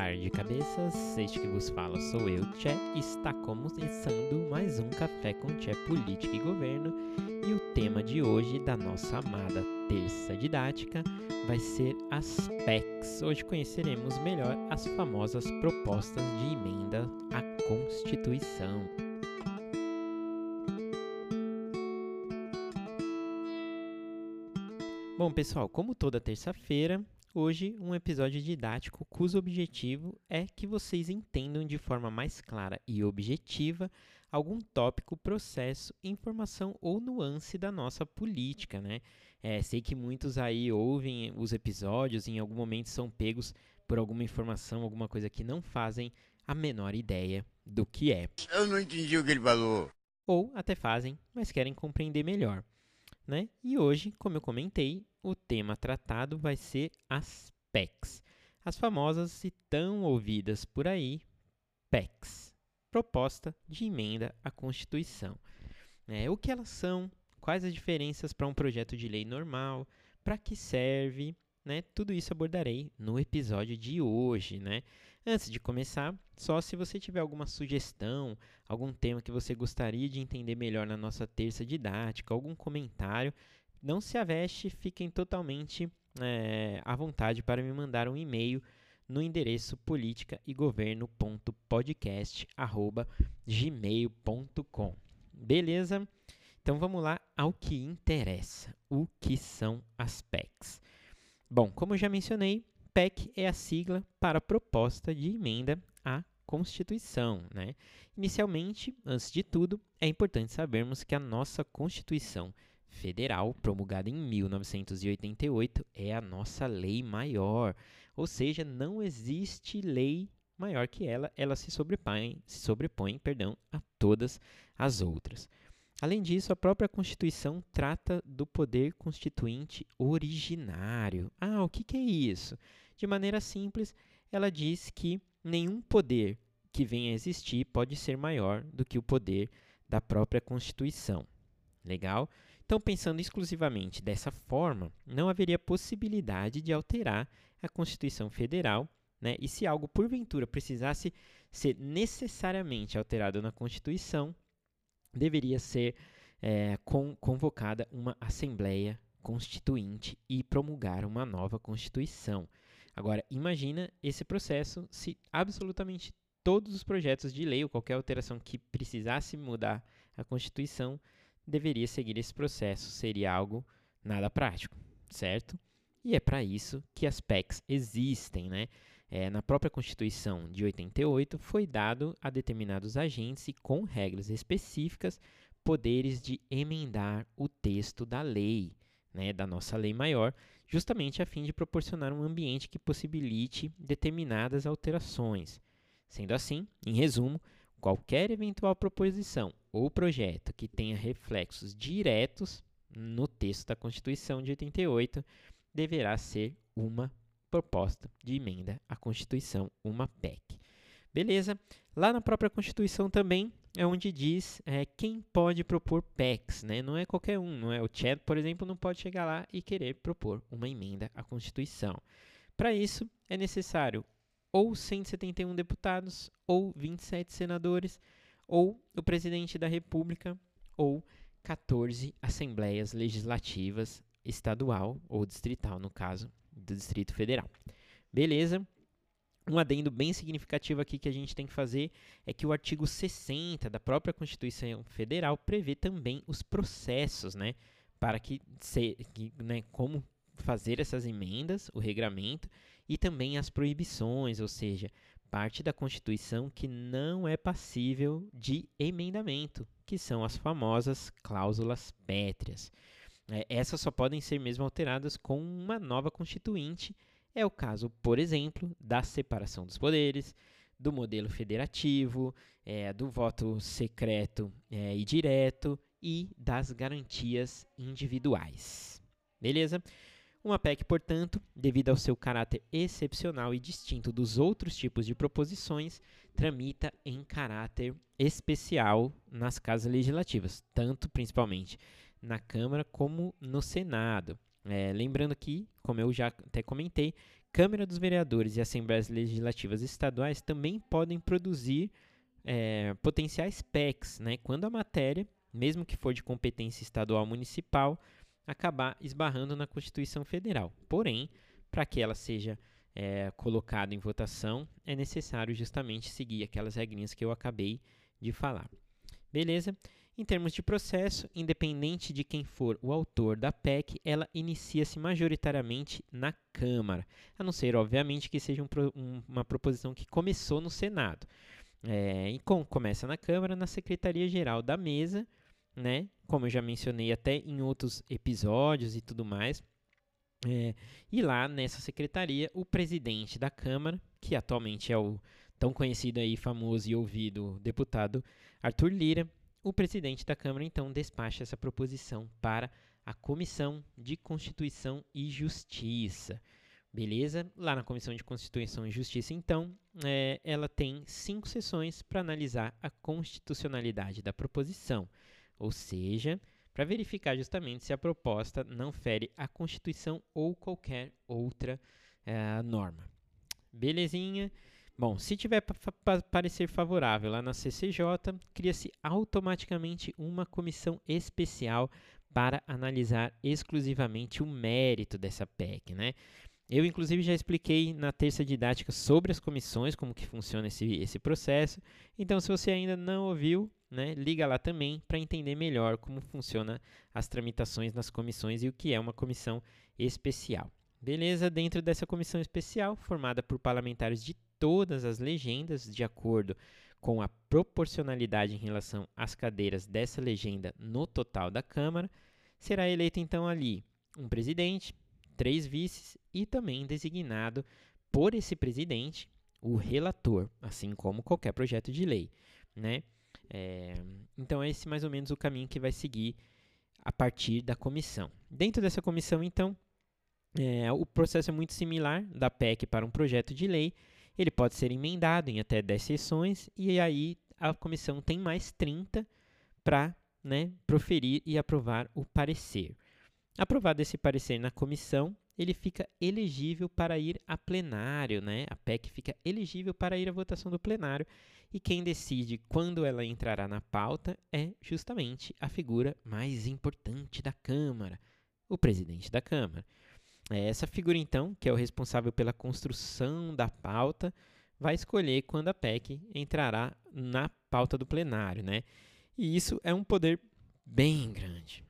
tarde, cabeças. Este que vos fala sou eu, Tchê. Está começando mais um Café com Tchê Política e Governo. E o tema de hoje da nossa amada terça didática vai ser as PECs. Hoje conheceremos melhor as famosas propostas de emenda à Constituição. Bom, pessoal, como toda terça-feira, hoje um episódio didático cujo objetivo é que vocês entendam de forma mais clara e objetiva algum tópico, processo, informação ou nuance da nossa política, né? Sei que muitos aí ouvem os episódios e em algum momento são pegos por alguma informação, alguma coisa que não fazem a menor ideia do que é. Eu não entendi o que ele falou. Ou até fazem, mas querem compreender melhor, né? E hoje, como eu comentei, o tema tratado vai ser as PECs, as famosas e tão ouvidas por aí PECs, proposta de emenda à Constituição. O que elas são, quais as diferenças para um projeto de lei normal, para que serve, né? Tudo isso abordarei no episódio de hoje, né? Antes de começar, só se você tiver alguma sugestão, algum tema que você gostaria de entender melhor na nossa terça didática, algum comentário, não se aveste, fiquem totalmente à vontade para me mandar um e-mail no endereço politicaegoverno.podcast@gmail.com. Beleza? Então vamos lá ao que interessa. O que são as PECs? Bom, como eu já mencionei, PEC é a sigla para Proposta de Emenda à Constituição, né? Inicialmente, antes de tudo, é importante sabermos que a nossa Constituição Federal, promulgada em 1988, é a nossa lei maior, ou seja, não existe lei maior que ela se sobrepõe a todas as outras. Além disso, a própria Constituição trata do poder constituinte originário. O que é isso? De maneira simples, ela diz que nenhum poder que venha a existir pode ser maior do que o poder da própria Constituição. Legal? Então, pensando exclusivamente dessa forma, não haveria possibilidade de alterar a Constituição Federal, né? E se algo porventura precisasse ser necessariamente alterado na Constituição, deveria ser convocada uma Assembleia Constituinte e promulgar uma nova Constituição. Agora, imagina esse processo se absolutamente todos os projetos de lei ou qualquer alteração que precisasse mudar a Constituição deveria seguir esse processo. Seria algo nada prático, certo? E é para isso que as PECs existem, né? Na própria Constituição de 88, foi dado a determinados agentes e com regras específicas poderes de emendar o texto da lei, né, da nossa lei maior, justamente a fim de proporcionar um ambiente que possibilite determinadas alterações. Sendo assim, em resumo, qualquer eventual proposição ou projeto que tenha reflexos diretos no texto da Constituição de 88 deverá ser uma proposta de emenda à Constituição, uma PEC. Beleza? Lá na própria Constituição também é onde diz quem pode propor PECs, né? Não é qualquer um, não é? O Chad, por exemplo, não pode chegar lá e querer propor uma emenda à Constituição. Para isso, é necessário ou 171 deputados, ou 27 senadores, ou o presidente da República, ou 14 assembleias legislativas estadual ou distrital, no caso do Distrito Federal. Beleza? Um adendo bem significativo aqui que a gente tem que fazer é que o artigo 60 da própria Constituição Federal prevê também os processos, né, para como fazer essas emendas, o regramento, e também as proibições, ou seja, parte da Constituição que não é passível de emendamento, que são as famosas cláusulas pétreas. Essas só podem ser mesmo alteradas com uma nova Constituinte. É o caso, por exemplo, da separação dos poderes, do modelo federativo, do voto secreto e direto e das garantias individuais. Beleza? Uma PEC, portanto, devido ao seu caráter excepcional e distinto dos outros tipos de proposições, tramita em caráter especial nas casas legislativas, tanto principalmente na Câmara como no Senado. Lembrando que, como eu já até comentei, Câmara dos Vereadores e Assembleias Legislativas Estaduais também podem produzir potenciais PECs, né, quando a matéria, mesmo que for de competência estadual ou municipal, acabar esbarrando na Constituição Federal. Porém, para que ela seja colocada em votação, é necessário justamente seguir aquelas regrinhas que eu acabei de falar. Beleza? Em termos de processo, independente de quem for o autor da PEC, ela inicia-se majoritariamente na Câmara, a não ser, obviamente, que seja uma proposição que começou no Senado. Começa na Câmara, na Secretaria-Geral da Mesa, né? Como eu já mencionei até em outros episódios e tudo mais. E lá nessa secretaria, o presidente da Câmara, que atualmente é o tão conhecido aí, famoso e ouvido deputado Arthur Lira, o presidente da Câmara, então, despacha essa proposição para a Comissão de Constituição e Justiça. Beleza? Lá na Comissão de Constituição e Justiça, então, ela tem 5 sessões para analisar a constitucionalidade da proposição, ou seja, para verificar justamente se a proposta não fere a Constituição ou qualquer outra norma. Belezinha? Bom, se tiver parecer favorável lá na CCJ, cria-se automaticamente uma comissão especial para analisar exclusivamente o mérito dessa PEC, né? Eu, inclusive, já expliquei na terça didática sobre as comissões, como que funciona esse processo. Então, se você ainda não ouviu, né, liga lá também para entender melhor como funcionam as tramitações nas comissões e o que é uma comissão especial. Beleza? Dentro dessa comissão especial, formada por parlamentares de todas as legendas, de acordo com a proporcionalidade em relação às cadeiras dessa legenda no total da Câmara, será eleito então ali um presidente, 3 vices e também designado por esse presidente o relator, assim como qualquer projeto de lei, né? Então, esse é mais ou menos o caminho que vai seguir a partir da comissão. Dentro dessa comissão, então, o processo é muito similar da PEC para um projeto de lei. Ele pode ser emendado em até 10 sessões e aí a comissão tem mais 30 para proferir e aprovar o parecer. Aprovado esse parecer na comissão, ele fica elegível para ir a plenário, né? A PEC fica elegível para ir à votação do plenário e quem decide quando ela entrará na pauta é justamente a figura mais importante da Câmara, o presidente da Câmara. Essa figura, então, que é o responsável pela construção da pauta, vai escolher quando a PEC entrará na pauta do plenário, né? E isso é um poder bem grande,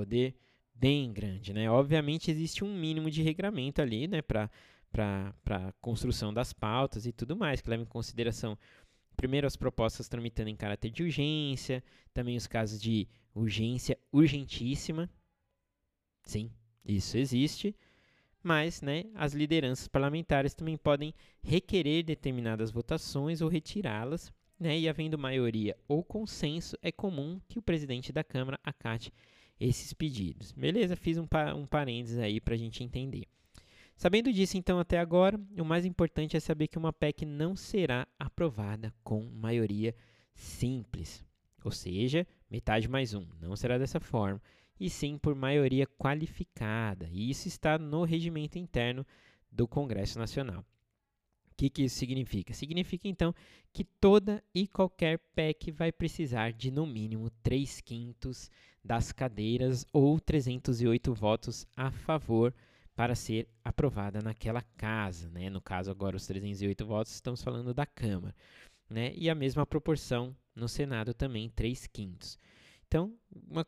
né? Obviamente existe um mínimo de regramento ali, né, para a construção das pautas e tudo mais, que leva em consideração, primeiro, as propostas tramitando em caráter de urgência, também os casos de urgência urgentíssima. Sim, isso existe. Mas, né, as lideranças parlamentares também podem requerer determinadas votações ou retirá-las, né, e havendo maioria ou consenso, é comum que o presidente da Câmara acate esses pedidos. Beleza? Fiz um parênteses aí para a gente entender. Sabendo disso, então, até agora, o mais importante é saber que uma PEC não será aprovada com maioria simples, ou seja, metade mais um. Não será dessa forma, e sim por maioria qualificada. E isso está no regimento interno do Congresso Nacional. O que isso significa? Significa, então, que toda e qualquer PEC vai precisar de, no mínimo, 3/5 das cadeiras ou 308 votos a favor para ser aprovada naquela casa, né? No caso, agora, os 308 votos, estamos falando da Câmara, né? E a mesma proporção no Senado também, 3/5. Então,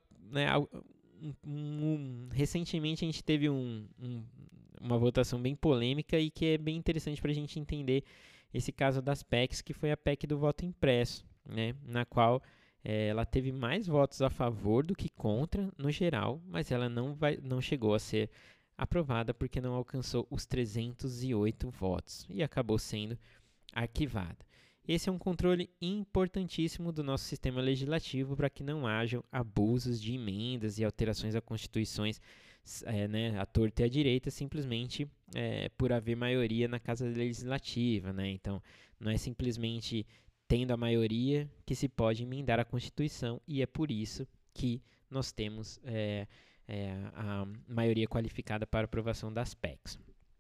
recentemente a gente teve uma votação bem polêmica e que é bem interessante para a gente entender esse caso das PECs, que foi a PEC do voto impresso, né, na qual ela teve mais votos a favor do que contra no geral, mas ela não chegou a ser aprovada porque não alcançou os 308 votos e acabou sendo arquivada. Esse é um controle importantíssimo do nosso sistema legislativo para que não hajam abusos de emendas e alterações a constituições à torta e à direita, simplesmente por haver maioria na Casa Legislativa, né? Então, não é simplesmente tendo a maioria que se pode emendar a Constituição, e é por isso que nós temos a maioria qualificada para aprovação das PECs.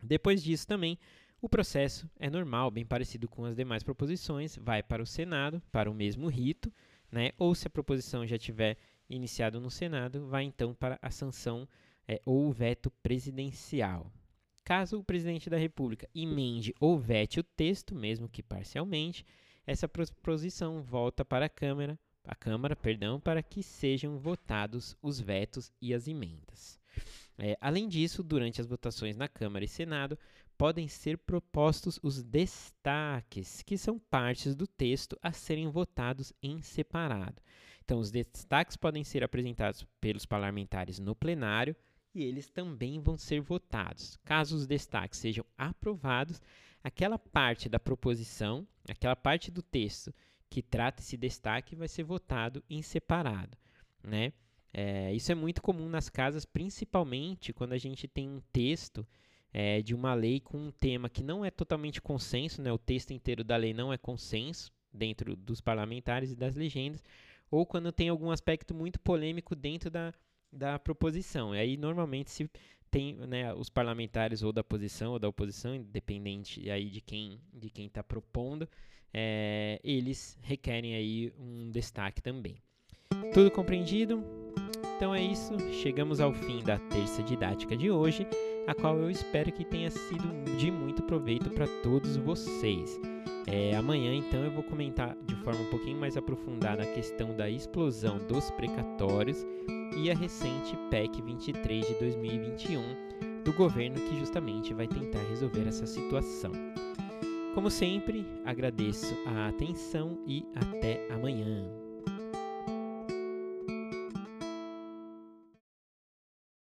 Depois disso também, o processo é normal, bem parecido com as demais proposições, vai para o Senado, para o mesmo rito, né? Ou se a proposição já tiver iniciado no Senado, vai então para a sanção ou veto presidencial. Caso o presidente da República emende ou vete o texto, mesmo que parcialmente, essa proposição volta para a Câmara, para que sejam votados os vetos e as emendas. Além disso, durante as votações na Câmara e Senado, podem ser propostos os destaques, que são partes do texto a serem votados em separado. Então, os destaques podem ser apresentados pelos parlamentares no plenário e eles também vão ser votados. Caso os destaques sejam aprovados, aquela parte da proposição, aquela parte do texto que trata esse destaque vai ser votado em separado, né? Isso é muito comum nas casas, principalmente quando a gente tem um texto de uma lei com um tema que não é totalmente consenso, né? O texto inteiro da lei não é consenso dentro dos parlamentares e das legendas, ou quando tem algum aspecto muito polêmico dentro da proposição. E aí, normalmente, se tem, né, os parlamentares ou da posição ou da oposição, independente aí de quem está propondo, eles requerem aí um destaque também. Tudo compreendido? Então é isso, chegamos ao fim da terça didática de hoje, a qual eu espero que tenha sido de muito proveito para todos vocês. Amanhã, então, eu vou comentar de forma um pouquinho mais aprofundada a questão da explosão dos precatórios e a recente PEC 23 de 2021 do governo, que justamente vai tentar resolver essa situação. Como sempre, agradeço a atenção e até amanhã.